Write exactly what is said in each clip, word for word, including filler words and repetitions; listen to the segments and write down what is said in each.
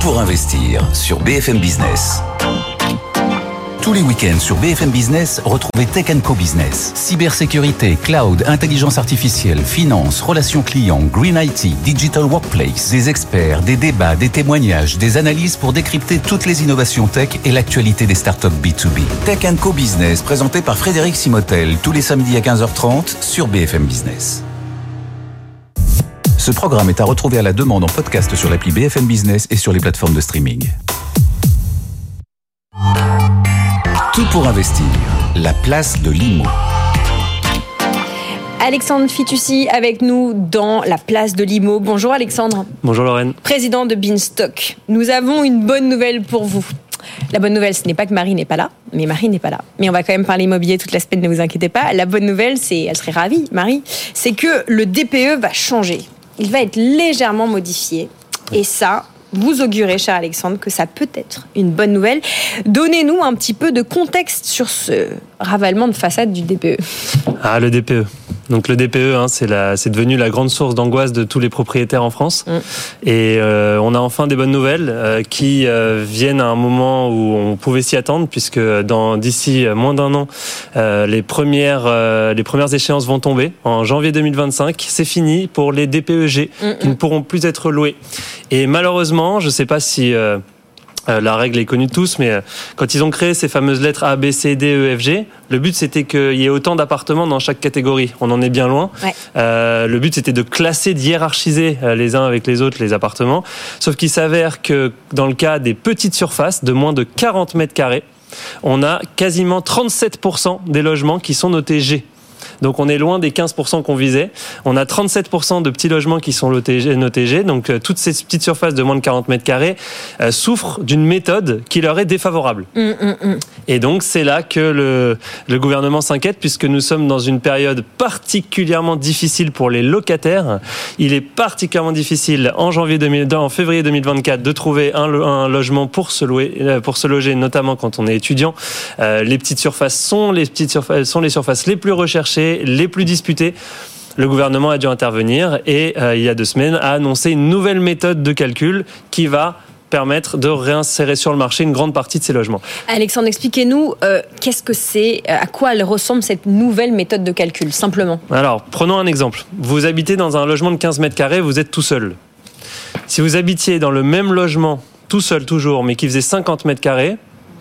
pour investir sur B F M Business. Tous les week-ends sur B F M Business, retrouvez Tech and Co Business. Cybersécurité, cloud, intelligence artificielle, finance, relations clients, green I T, digital workplace, des experts, des débats, des témoignages, des analyses pour décrypter toutes les innovations tech et l'actualité des startups B deux B. Tech and Co Business, présenté par Frédéric Simotel, tous les samedis à quinze heures trente sur B F M Business. Ce programme est à retrouver à la demande en podcast sur l'appli B F M Business et sur les plateformes de streaming. Tout pour investir, la place de l'I M O. Alexandre Fitoussi avec nous dans la place de l'I M O. Bonjour Alexandre. Bonjour Lorraine. Président de Beanstock. Nous avons une bonne nouvelle pour vous. La bonne nouvelle, ce n'est pas que Marie n'est pas là, mais Marie n'est pas là. Mais on va quand même parler immobilier toute la semaine, ne vous inquiétez pas. La bonne nouvelle, c'est, elle serait ravie, Marie, c'est que le D P E va changer. Il va être légèrement modifié. Et ça, vous augurez, cher Alexandre, que ça peut être une bonne nouvelle. Donnez-nous un petit peu de contexte sur ce ravalement de façade du D P E. Ah, le D P E. Donc le D P E, hein, c'est, la, c'est devenu la grande source d'angoisse de tous les propriétaires en France. Mmh. Et euh, on a enfin des bonnes nouvelles euh, qui euh, viennent à un moment où on pouvait s'y attendre, puisque dans, d'ici moins d'un an, euh, les, premières, euh, les premières échéances vont tomber. En janvier deux mille vingt-cinq, c'est fini pour les D P E G, mmh. qui ne pourront plus être loués. Et malheureusement, je ne sais pas si... Euh, Euh, la règle est connue de tous, mais euh, quand ils ont créé ces fameuses lettres A, B, C, D, E, F, G, le but c'était qu'il y ait autant d'appartements dans chaque catégorie. On en est bien loin. Ouais. Euh, le but c'était de classer, de hiérarchiser euh, les uns avec les autres les appartements. Sauf qu'il s'avère que dans le cas des petites surfaces de moins de quarante mètres carrés, on a quasiment trente-sept pour cent des logements qui sont notés G. Donc on est loin des quinze pour cent qu'on visait. On a trente-sept pour cent de petits logements qui sont notés G. Donc euh, toutes ces petites surfaces de moins de quarante mètres carrés euh, souffrent d'une méthode qui leur est défavorable. Mmh, mmh, mmh. Et donc c'est là que le, le gouvernement s'inquiète, puisque nous sommes dans une période particulièrement difficile pour les locataires. Il est particulièrement difficile en, janvier deux mille, en février deux mille vingt-quatre de trouver un, un logement pour se, louer, pour se loger, notamment quand on est étudiant. Euh, les petites surfaces sont les, petites surfaces, sont les surfaces les plus recherchées, les plus disputés. Le gouvernement a dû intervenir et euh, il y a deux semaines a annoncé une nouvelle méthode de calcul qui va permettre de réinsérer sur le marché une grande partie de ces logements. Alexandre, expliquez-nous euh, qu'est-ce que c'est, à quoi elle ressemble cette nouvelle méthode de calcul, simplement. Alors, prenons un exemple. Vous habitez dans un logement de quinze mètres carrés, vous êtes tout seul. Si vous habitiez dans le même logement, tout seul toujours, mais qui faisait cinquante mètres carrés,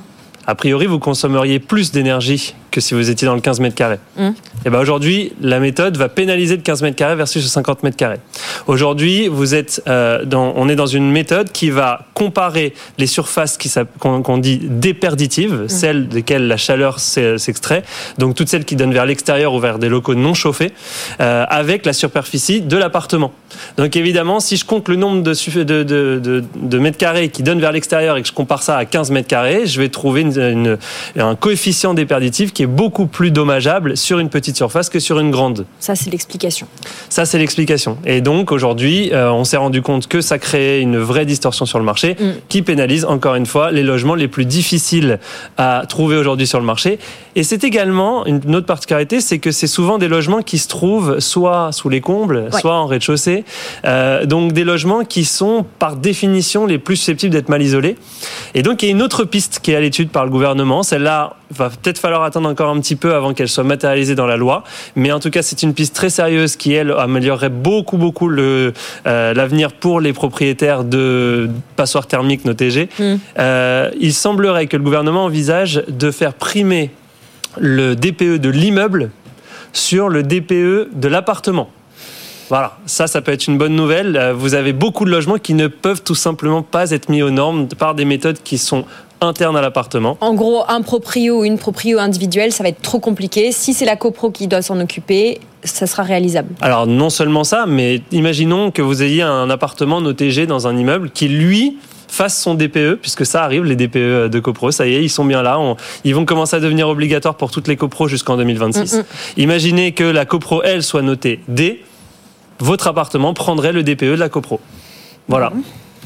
a priori, vous consommeriez plus d'énergie que si vous étiez dans le quinze mètres carrés. Mmh. Et ben aujourd'hui, la méthode va pénaliser le quinze mètres carrés versus le cinquante mètres carrés. Aujourd'hui, vous êtes, euh, dans, on est dans une méthode qui va comparer les surfaces qui, qu'on, qu'on dit déperditives, mmh. celles desquelles la chaleur s'extrait, donc toutes celles qui donnent vers l'extérieur ou vers des locaux non chauffés, euh, avec la superficie de l'appartement. Donc évidemment, si je compte le nombre de, de, de, de, de mètres carrés qui donnent vers l'extérieur et que je compare ça à quinze mètres carrés, je vais trouver une, une, un coefficient déperditif qui est beaucoup plus dommageable sur une petite surface que sur une grande. Ça, c'est l'explication. Ça, c'est l'explication. Et donc, aujourd'hui, euh, on s'est rendu compte que ça créait une vraie distorsion sur le marché mm. qui pénalise, encore une fois, les logements les plus difficiles à trouver aujourd'hui sur le marché. Et c'est également une autre particularité, c'est que c'est souvent des logements qui se trouvent soit sous les combles, ouais. soit en rez-de-chaussée. Euh, donc, des logements qui sont, par définition, les plus susceptibles d'être mal isolés. Et donc, il y a une autre piste qui est à l'étude par le gouvernement. Celle-là, va peut-être falloir attendre encore un petit peu avant qu'elle soit matérialisée dans la loi. Mais en tout cas, c'est une piste très sérieuse qui, elle, améliorerait beaucoup, beaucoup le, euh, l'avenir pour les propriétaires de passoires thermiques notées G. Mmh. Euh, il semblerait que le gouvernement envisage de faire primer le D P E de l'immeuble sur le D P E de l'appartement. Voilà, ça, ça peut être une bonne nouvelle. Vous avez beaucoup de logements qui ne peuvent tout simplement pas être mis aux normes par des méthodes qui sont internes à l'appartement. En gros, un proprio ou une proprio individuelle, ça va être trop compliqué. Si c'est la copro qui doit s'en occuper, ça sera réalisable. Alors, non seulement ça, mais imaginons que vous ayez un appartement noté G dans un immeuble qui, lui, fasse son D P E, puisque ça arrive, les D P E de copro, ça y est, ils sont bien là. On, ils vont commencer à devenir obligatoires pour toutes les copros jusqu'en deux mille vingt-six. Mm-hmm. Imaginez que la copro, elle, soit notée D. Votre appartement prendrait le D P E de la copro. Voilà. Mmh.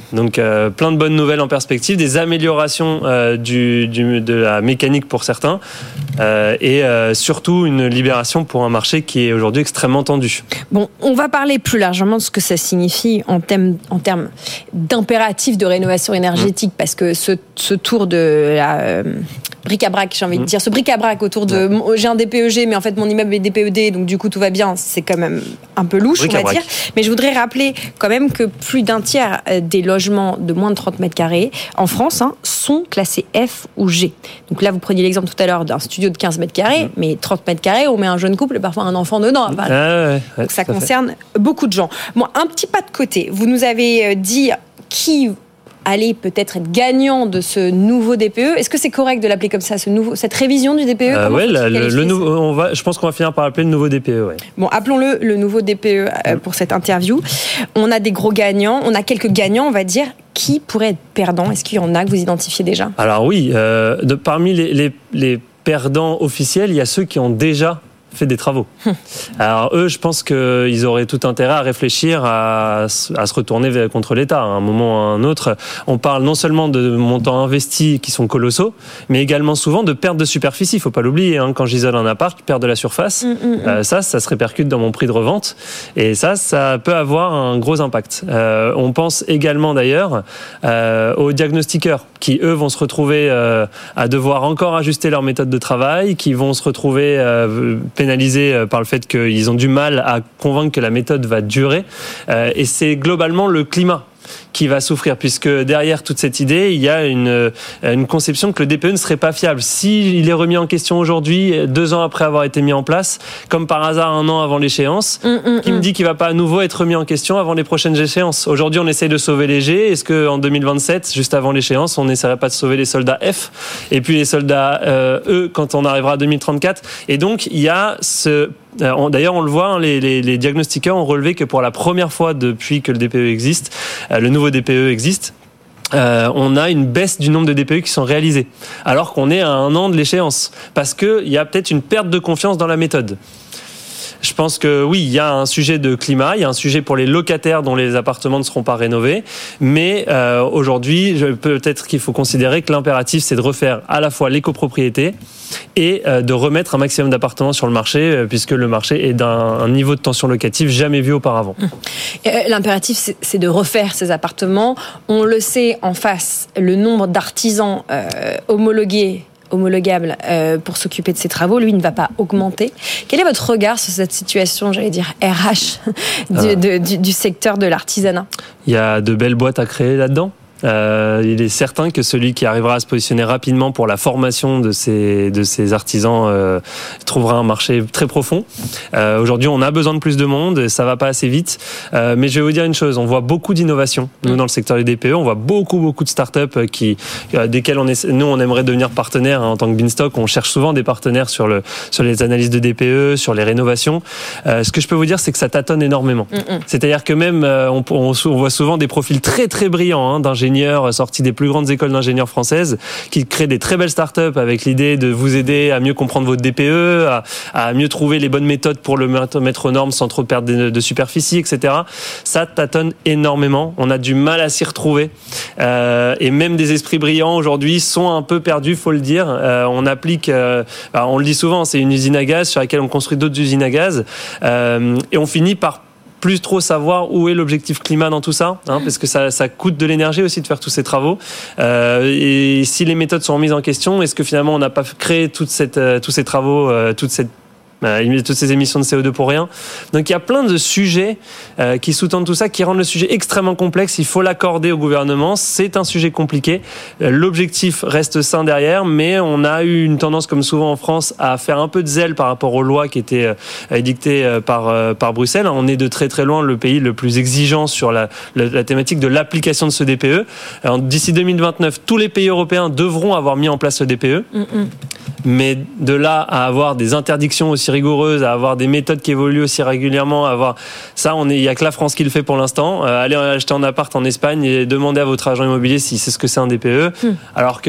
Donc euh, plein de bonnes nouvelles en perspective, des améliorations euh, du, du, de la mécanique pour certains euh, et euh, surtout une libération pour un marché qui est aujourd'hui extrêmement tendu. Bon, on va parler plus largement de ce que ça signifie en termes, en termes d'impératif de rénovation énergétique, mmh. parce que ce, ce tour de la euh, bric-à-brac, j'ai envie mmh. de dire, ce bric-à-brac autour de ouais. j'ai un D P E G, mais en fait mon immeuble est D P E D, donc du coup tout va bien, c'est quand même un peu louche, on va dire. Mais je voudrais rappeler quand même que plus d'un tiers des logements de moins de trente mètres carrés en France hein, sont classés F ou G. Donc là, vous preniez l'exemple tout à l'heure d'un studio de quinze mètres carrés, mmh. mais trente mètres carrés, on met un jeune couple et parfois un enfant dedans. Enfin, ah ouais, ouais, donc ça concerne fait. beaucoup de gens. Bon, un petit pas de côté. Vous nous avez dit qui allait peut-être être gagnant de ce nouveau D P E. Est-ce que c'est correct de l'appeler comme ça, ce nouveau, cette révision du D P E? euh, Oui, le, le nouveau, on va, je pense qu'on va finir par l'appeler le nouveau D P E. Ouais. Bon, appelons-le le nouveau D P E euh, pour cette interview. On a des gros gagnants, on a quelques gagnants, on va dire. Qui pourrait être perdant? Est-ce qu'il y en a que vous identifiez déjà? Alors oui, euh, de, parmi les, les, les perdants officiels, il y a ceux qui ont déjà fait des travaux. Hum. Alors eux, je pense qu'ils auraient tout intérêt à réfléchir à, à se retourner contre l'État à un moment ou à un autre. On parle non seulement de montants investis qui sont colossaux, mais également souvent de perte de superficie. Il faut pas l'oublier, hein, quand j'isole un appart, je perds de la surface. Hum, hum, euh, ça, ça se répercute dans mon prix de revente. Et ça, ça peut avoir un gros impact. Euh, on pense également d'ailleurs euh, aux diagnostiqueurs qui, eux, vont se retrouver euh, à devoir encore ajuster leur méthode de travail, qui vont se retrouver euh, pénalisés par le fait qu'ils ont du mal à convaincre que la méthode va durer. Euh, et c'est globalement le climat qui va souffrir, puisque derrière toute cette idée, il y a une, une conception que le D P E ne serait pas fiable. S'il est remis en question aujourd'hui, deux ans après avoir été mis en place, comme par hasard un an avant l'échéance, mmh, mmh, qui me dit qu'il ne va pas à nouveau être remis en question avant les prochaines échéances. Aujourd'hui, on essaye de sauver les G. Est-ce qu'en deux mille vingt-sept, juste avant l'échéance, on n'essaierait pas de sauver les soldats F et puis les soldats euh, E quand on arrivera à deux mille trente-quatre? Et donc, il y a ce... D'ailleurs, on le voit, hein, les, les, les diagnostiqueurs ont relevé que pour la première fois depuis que le D P E existe, euh, le nouveau D P E existe, Euh, on a une baisse du nombre de D P E qui sont réalisés, alors qu'on est à un an de l'échéance, parce qu'il y a peut-être une perte de confiance dans la méthode. Je pense que oui, il y a un sujet de climat, il y a un sujet pour les locataires dont les appartements ne seront pas rénovés, mais euh, aujourd'hui, je, peut-être qu'il faut considérer que l'impératif, c'est de refaire à la fois les copropriétés et euh, de remettre un maximum d'appartements sur le marché, euh, puisque le marché est d'un un niveau de tension locative jamais vu auparavant. Euh, l'impératif, c'est, c'est de refaire ces appartements. On le sait en face, le nombre d'artisans euh, homologués homologable euh, pour s'occuper de ces travaux, lui, ne va pas augmenter. Quel est votre regard sur cette situation, j'allais dire R H, du, ah. de, du, du secteur de l'artisanat? Il y a de belles boîtes à créer là-dedans. Euh, il est certain que celui qui arrivera à se positionner rapidement pour la formation de ces, de ces artisans euh, trouvera un marché très profond. Euh, aujourd'hui, on a besoin de plus de monde, ça va pas assez vite. Euh, mais je vais vous dire une chose, on voit beaucoup d'innovation. Nous, dans le secteur du D P E, on voit beaucoup, beaucoup de startups qui, euh, desquelles on est, nous, on aimerait devenir partenaire, hein, en tant que Beanstalk. On cherche souvent des partenaires sur, le, sur les analyses de D P E, sur les rénovations. Euh, ce que je peux vous dire, c'est que ça tâtonne énormément. Mm-mm. C'est-à-dire que même, euh, on, on, on voit souvent des profils très, très brillants, hein, d'ingénieurs sortis des plus grandes écoles d'ingénieurs françaises qui créent des très belles startups avec l'idée de vous aider à mieux comprendre votre D P E, à, à mieux trouver les bonnes méthodes pour le mettre aux normes sans trop perdre de, de superficie, et cetera. Ça tâtonne énormément. On a du mal à s'y retrouver. Euh, et même des esprits brillants aujourd'hui sont un peu perdus, faut le dire. Euh, on applique, euh, on le dit souvent, c'est une usine à gaz sur laquelle on construit d'autres usines à gaz. Euh, et on finit par plus trop savoir où est l'objectif climat dans tout ça, hein, parce que ça, ça coûte de l'énergie aussi de faire tous ces travaux. Euh, et si les méthodes sont remises en question, est-ce que finalement on n'a pas créé toute cette, euh, tous ces travaux, euh, toute cette Euh, toutes ces émissions de C O deux pour rien. Donc il y a plein de sujets euh, qui sous-tendent tout ça, qui rendent le sujet extrêmement complexe. Il faut l'accorder au gouvernement. C'est un sujet compliqué. Euh, l'objectif reste sain derrière, mais on a eu une tendance, comme souvent en France, à faire un peu de zèle par rapport aux lois qui étaient euh, édictées euh, par, euh, par Bruxelles. On est de très très loin le pays le plus exigeant sur la, la, la thématique de l'application de ce D P E. Alors, d'ici deux mille vingt-neuf, tous les pays européens devront avoir mis en place ce D P E. Mm-mm. Mais de là à avoir des interdictions aussi rigoureuses, à avoir des méthodes qui évoluent aussi régulièrement, à avoir ça, on est, il y a que la France qui le fait pour l'instant. Euh, allez acheter un appart en Espagne et demandez à votre agent immobilier si c'est ce que c'est un D P E, mmh. alors qu'il y a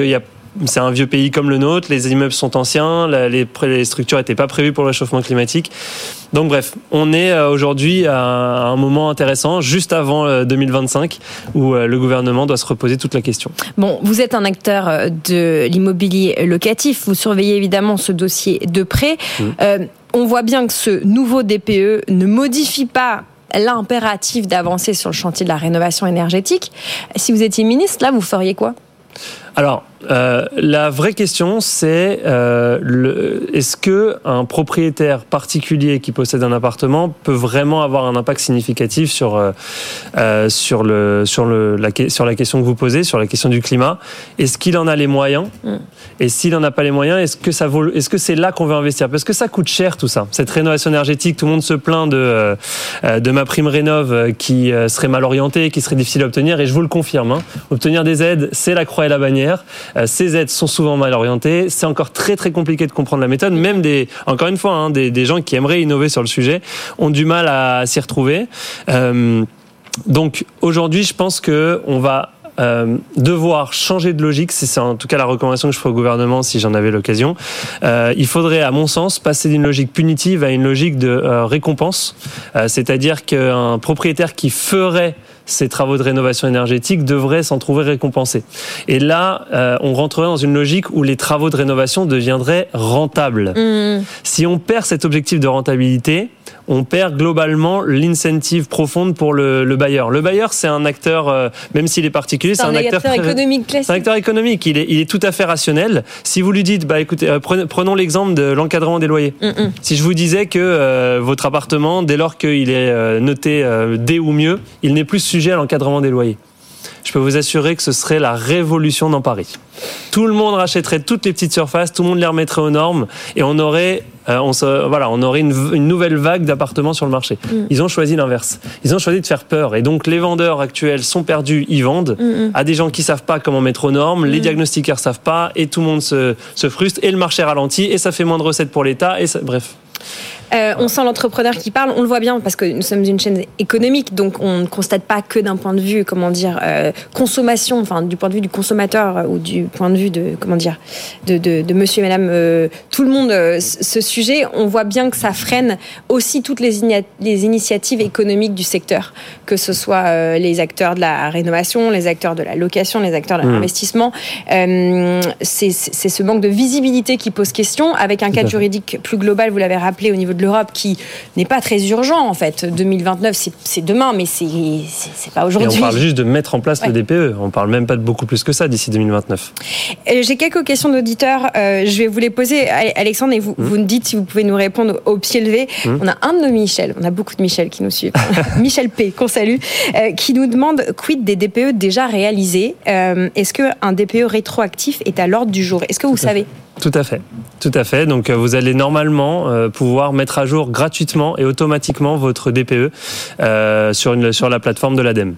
c'est un vieux pays comme le nôtre, les immeubles sont anciens, les, les structures n'étaient pas prévues pour le réchauffement climatique. Donc bref, on est aujourd'hui à un moment intéressant, juste avant deux mille vingt-cinq, où le gouvernement doit se reposer toute la question. Bon, vous êtes un acteur de l'immobilier locatif, vous surveillez évidemment ce dossier de près. Mmh. Euh, on voit bien que ce nouveau D P E ne modifie pas l'impératif d'avancer sur le chantier de la rénovation énergétique. Si vous étiez ministre, là, vous feriez quoi ? Alors, euh, la vraie question, c'est euh, le, est-ce que un propriétaire particulier qui possède un appartement peut vraiment avoir un impact significatif sur euh, sur le sur le la, sur la question que vous posez, sur la question du climat? Est-ce qu'il en a les moyens? mm. Et s'il en a pas les moyens, est-ce que ça vaut? Est-ce que c'est là qu'on veut investir? Parce que ça coûte cher tout ça. Cette rénovation énergétique, tout le monde se plaint de euh, de ma prime rénov qui serait mal orientée, qui serait difficile à obtenir, et je vous le confirme. Hein, obtenir des aides, c'est la croix et la bannière. Euh, ces aides sont souvent mal orientées. C'est encore très très compliqué de comprendre la méthode. Même des, encore une fois, hein, des, des gens qui aimeraient innover sur le sujet ont du mal à s'y retrouver. Euh, donc aujourd'hui, je pense que on va Euh, devoir changer de logique. C'est en tout cas la recommandation que je ferai au gouvernement si j'en avais l'occasion. Euh, il faudrait, à mon sens, passer d'une logique punitive à une logique de euh, récompense. Euh, c'est-à-dire qu'un propriétaire qui ferait ces travaux de rénovation énergétique devrait s'en trouver récompensé. Et là, euh, on rentrerait dans une logique où les travaux de rénovation deviendraient rentables. Mmh. Si on perd cet objectif de rentabilité, on perd globalement l'incentive profonde pour le, le bailleur. Le bailleur, c'est un acteur, euh, même s'il est particulier, c'est, c'est un, un acteur, acteur économique classique. C'est un acteur économique. Il est, il est tout à fait rationnel. Si vous lui dites, bah écoutez, euh, prenons, prenons l'exemple de l'encadrement des loyers. Mmh. Si je vous disais que euh, votre appartement, dès lors qu'il est euh, noté euh, D ou mieux, il n'est plus sujet à l'encadrement des loyers. Je peux vous assurer que ce serait la révolution dans Paris. Tout le monde rachèterait toutes les petites surfaces, tout le monde les remettrait aux normes, et on aurait, euh, on se, voilà, on aurait une, une nouvelle vague d'appartements sur le marché. Mm. Ils ont choisi l'inverse. Ils ont choisi de faire peur, et donc les vendeurs actuels sont perdus, ils vendent mm. à des gens qui savent pas comment mettre aux normes, mm. les diagnostiqueurs savent pas, et tout le monde se, se frustre, et le marché ralentit, et ça fait moins de recettes pour l'État, et ça, bref. Euh, on sent l'entrepreneur qui parle, on le voit bien parce que nous sommes une chaîne économique, donc on ne constate pas que d'un point de vue, comment dire, euh, consommation, enfin du point de vue du consommateur euh, ou du point de vue de, comment dire, de, de, de monsieur et madame, euh, tout le monde, euh, ce sujet, on voit bien que ça freine aussi toutes les, igna- les initiatives économiques du secteur, que ce soit euh, les acteurs de la rénovation, les acteurs de la location, les acteurs de l'investissement. Mmh. Euh, c'est, c'est ce manque de visibilité qui pose question, avec un cadre juridique plus global, vous l'avez rappelé, au niveau de l'Europe, qui n'est pas très urgent en fait. deux mille vingt-neuf, c'est, c'est demain, mais c'est, c'est, c'est pas aujourd'hui. Et on parle juste de mettre en place ouais. le D P E. On parle même pas de beaucoup plus que ça d'ici deux mille vingt-neuf. Euh, j'ai quelques questions d'auditeurs. Euh, je vais vous les poser, Alexandre, et vous, mmh. vous nous dites si vous pouvez nous répondre au pied levé. Mmh. On a un de nos Michel, on a beaucoup de Michel qui nous suivent. Michel P, qu'on salue, euh, qui nous demande quid des D P E déjà réalisés. Euh, est-ce qu'un D P E rétroactif est à l'ordre du jour? Est-ce que vous Tout savez? Tout à fait, tout à fait. Donc vous allez normalement euh, pouvoir mettre à jour gratuitement et automatiquement votre D P E euh, sur une sur la plateforme de l'Ademe.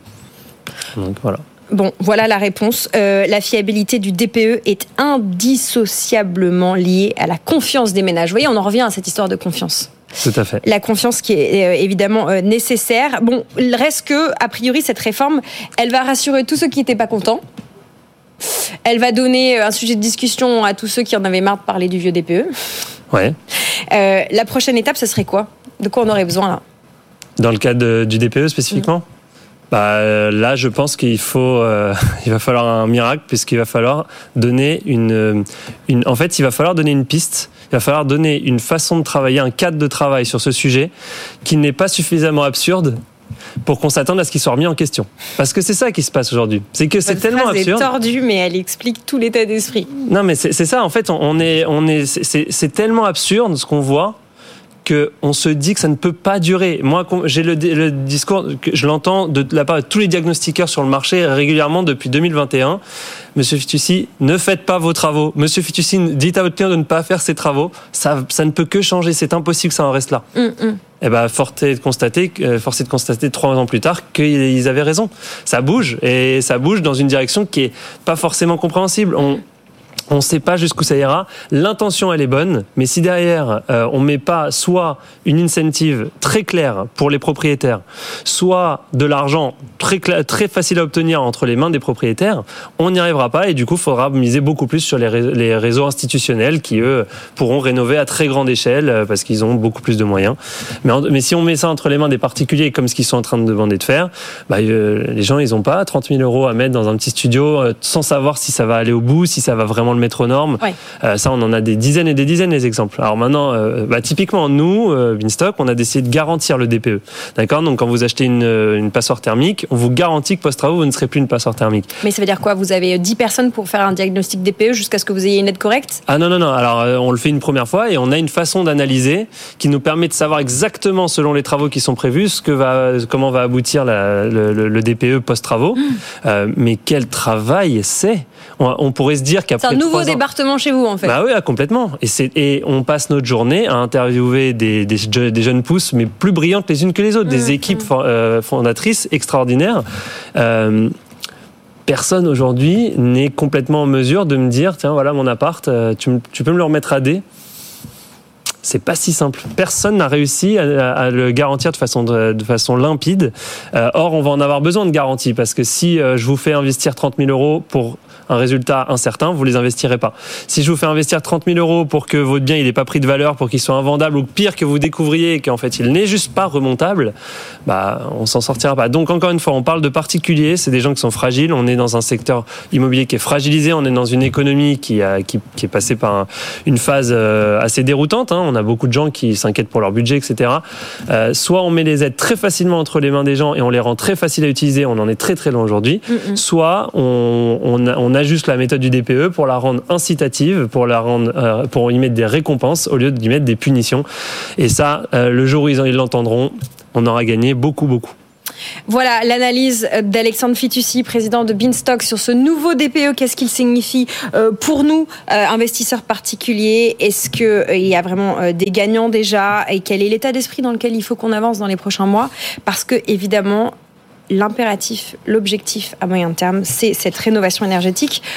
Donc voilà. Bon, voilà la réponse. Euh, la fiabilité du D P E est indissociablement liée à la confiance des ménages. Vous voyez, on en revient à cette histoire de confiance. Tout à fait. La confiance qui est euh, évidemment euh, nécessaire. Bon, il reste que, a priori, cette réforme, elle va rassurer tous ceux qui n'étaient pas contents. Elle va donner un sujet de discussion à tous ceux qui en avaient marre de parler du vieux D P E. Ouais. Euh, la prochaine étape, ce serait quoi? De quoi on aurait besoin là? Dans le cas de, du D P E spécifiquement? mmh. Bah, là, je pense qu'il faut, euh, il va falloir un miracle, puisqu'il va falloir donner une, une, en fait, il va falloir donner une piste. Il va falloir donner une façon de travailler, un cadre de travail sur ce sujet qui n'est pas suffisamment absurde pour qu'on s'attende à ce qu'il soit remis en question. Parce que c'est ça qui se passe aujourd'hui. C'est que c'est Votre tellement phrase absurde. Elle est tordue, mais elle explique tout l'état d'esprit. Non, mais c'est, c'est ça. En fait, on est, on est, c'est, c'est tellement absurde ce qu'on voit que on se dit que ça ne peut pas durer. Moi, j'ai le, le discours, je l'entends de la part de tous les diagnostiqueurs sur le marché régulièrement depuis deux mille vingt et un. Monsieur Fitoussi, ne faites pas vos travaux. Monsieur Fitoussi, dites à votre client de ne pas faire ses travaux. Ça, ça ne peut que changer. C'est impossible que ça en reste là. Mm, mm. Et ben, force est de constater, force est de constater trois ans plus tard qu'ils avaient raison. Ça bouge et ça bouge dans une direction qui est pas forcément compréhensible. On, On ne sait pas jusqu'où ça ira. L'intention, elle est bonne, mais si derrière, euh, on ne met pas soit une incentive très claire pour les propriétaires, soit de l'argent très, cla- très facile à obtenir entre les mains des propriétaires, on n'y arrivera pas et du coup, il faudra miser beaucoup plus sur les, ré- les réseaux institutionnels qui, eux, pourront rénover à très grande échelle euh, parce qu'ils ont beaucoup plus de moyens. Mais, en, mais si on met ça entre les mains des particuliers comme ce qu'ils sont en train de demander de faire, bah, euh, les gens, ils n'ont pas trente mille euros à mettre dans un petit studio euh, sans savoir si ça va aller au bout, si ça va vraiment le mettre aux normes. Ouais. Euh, ça, on en a des dizaines et des dizaines les exemples. Alors maintenant, euh, bah, typiquement, nous, euh, Binstock, on a décidé de garantir le D P E. D'accord ? Donc quand vous achetez une, une passoire thermique, on vous garantit que post-travaux, vous ne serez plus une passoire thermique. Mais ça veut dire quoi ? Vous avez dix personnes pour faire un diagnostic D P E jusqu'à ce que vous ayez une aide correcte ? Ah non, non, non. Alors euh, on le fait une première fois et on a une façon d'analyser qui nous permet de savoir exactement, selon les travaux qui sont prévus, ce que va, comment va aboutir la, le, le, le D P E post-travaux. Mmh. Euh, mais quel travail c'est ! On, on pourrait se dire qu'après c'est un nouveau ans, département chez vous, en fait. Bah oui, complètement. Et, c'est, et on passe notre journée à interviewer des, des, des jeunes pousses, mais plus brillantes les unes que les autres, mmh, des équipes mmh. euh, fondatrices extraordinaires. Euh, personne aujourd'hui n'est complètement en mesure de me dire, tiens, voilà mon appart, tu, tu peux me le remettre à D ? C'est pas si simple. Personne n'a réussi à, à le garantir de façon, de, de façon limpide. Euh, or, on va en avoir besoin de garantie parce que si euh, je vous fais investir trente mille euros pour un résultat incertain, vous les investirez pas. Si je vous fais investir trente mille euros pour que votre bien il n'ait pas pris de valeur, pour qu'il soit invendable, ou pire que vous découvriez qu'en fait il n'est juste pas remontable, bah on s'en sortira pas. Donc encore une fois, on parle de particuliers, c'est des gens qui sont fragiles. On est dans un secteur immobilier qui est fragilisé, on est dans une économie qui a qui, qui est passée par un, une phase euh, assez déroutante. Hein. On a beaucoup de gens qui s'inquiètent pour leur budget, et cetera. Euh, soit on met les aides très facilement entre les mains des gens et on les rend très faciles à utiliser. On en est très très loin aujourd'hui. Mm-hmm. Soit on on, a, on ajuste la méthode du D P E pour la rendre incitative, pour la rendre, euh, pour y mettre des récompenses au lieu d'y mettre des punitions. Et ça, euh, le jour où ils, ils l'entendront, on aura gagné beaucoup, beaucoup. Voilà l'analyse d'Alexandre Fitoussi, président de Binstock, sur ce nouveau D P E. Qu'est-ce qu'il signifie pour nous, investisseurs particuliers ? Est-ce qu'il y a vraiment des gagnants déjà ? Et quel est l'état d'esprit dans lequel il faut qu'on avance dans les prochains mois ? Parce que, évidemment, l'impératif, l'objectif à moyen terme, c'est cette rénovation énergétique.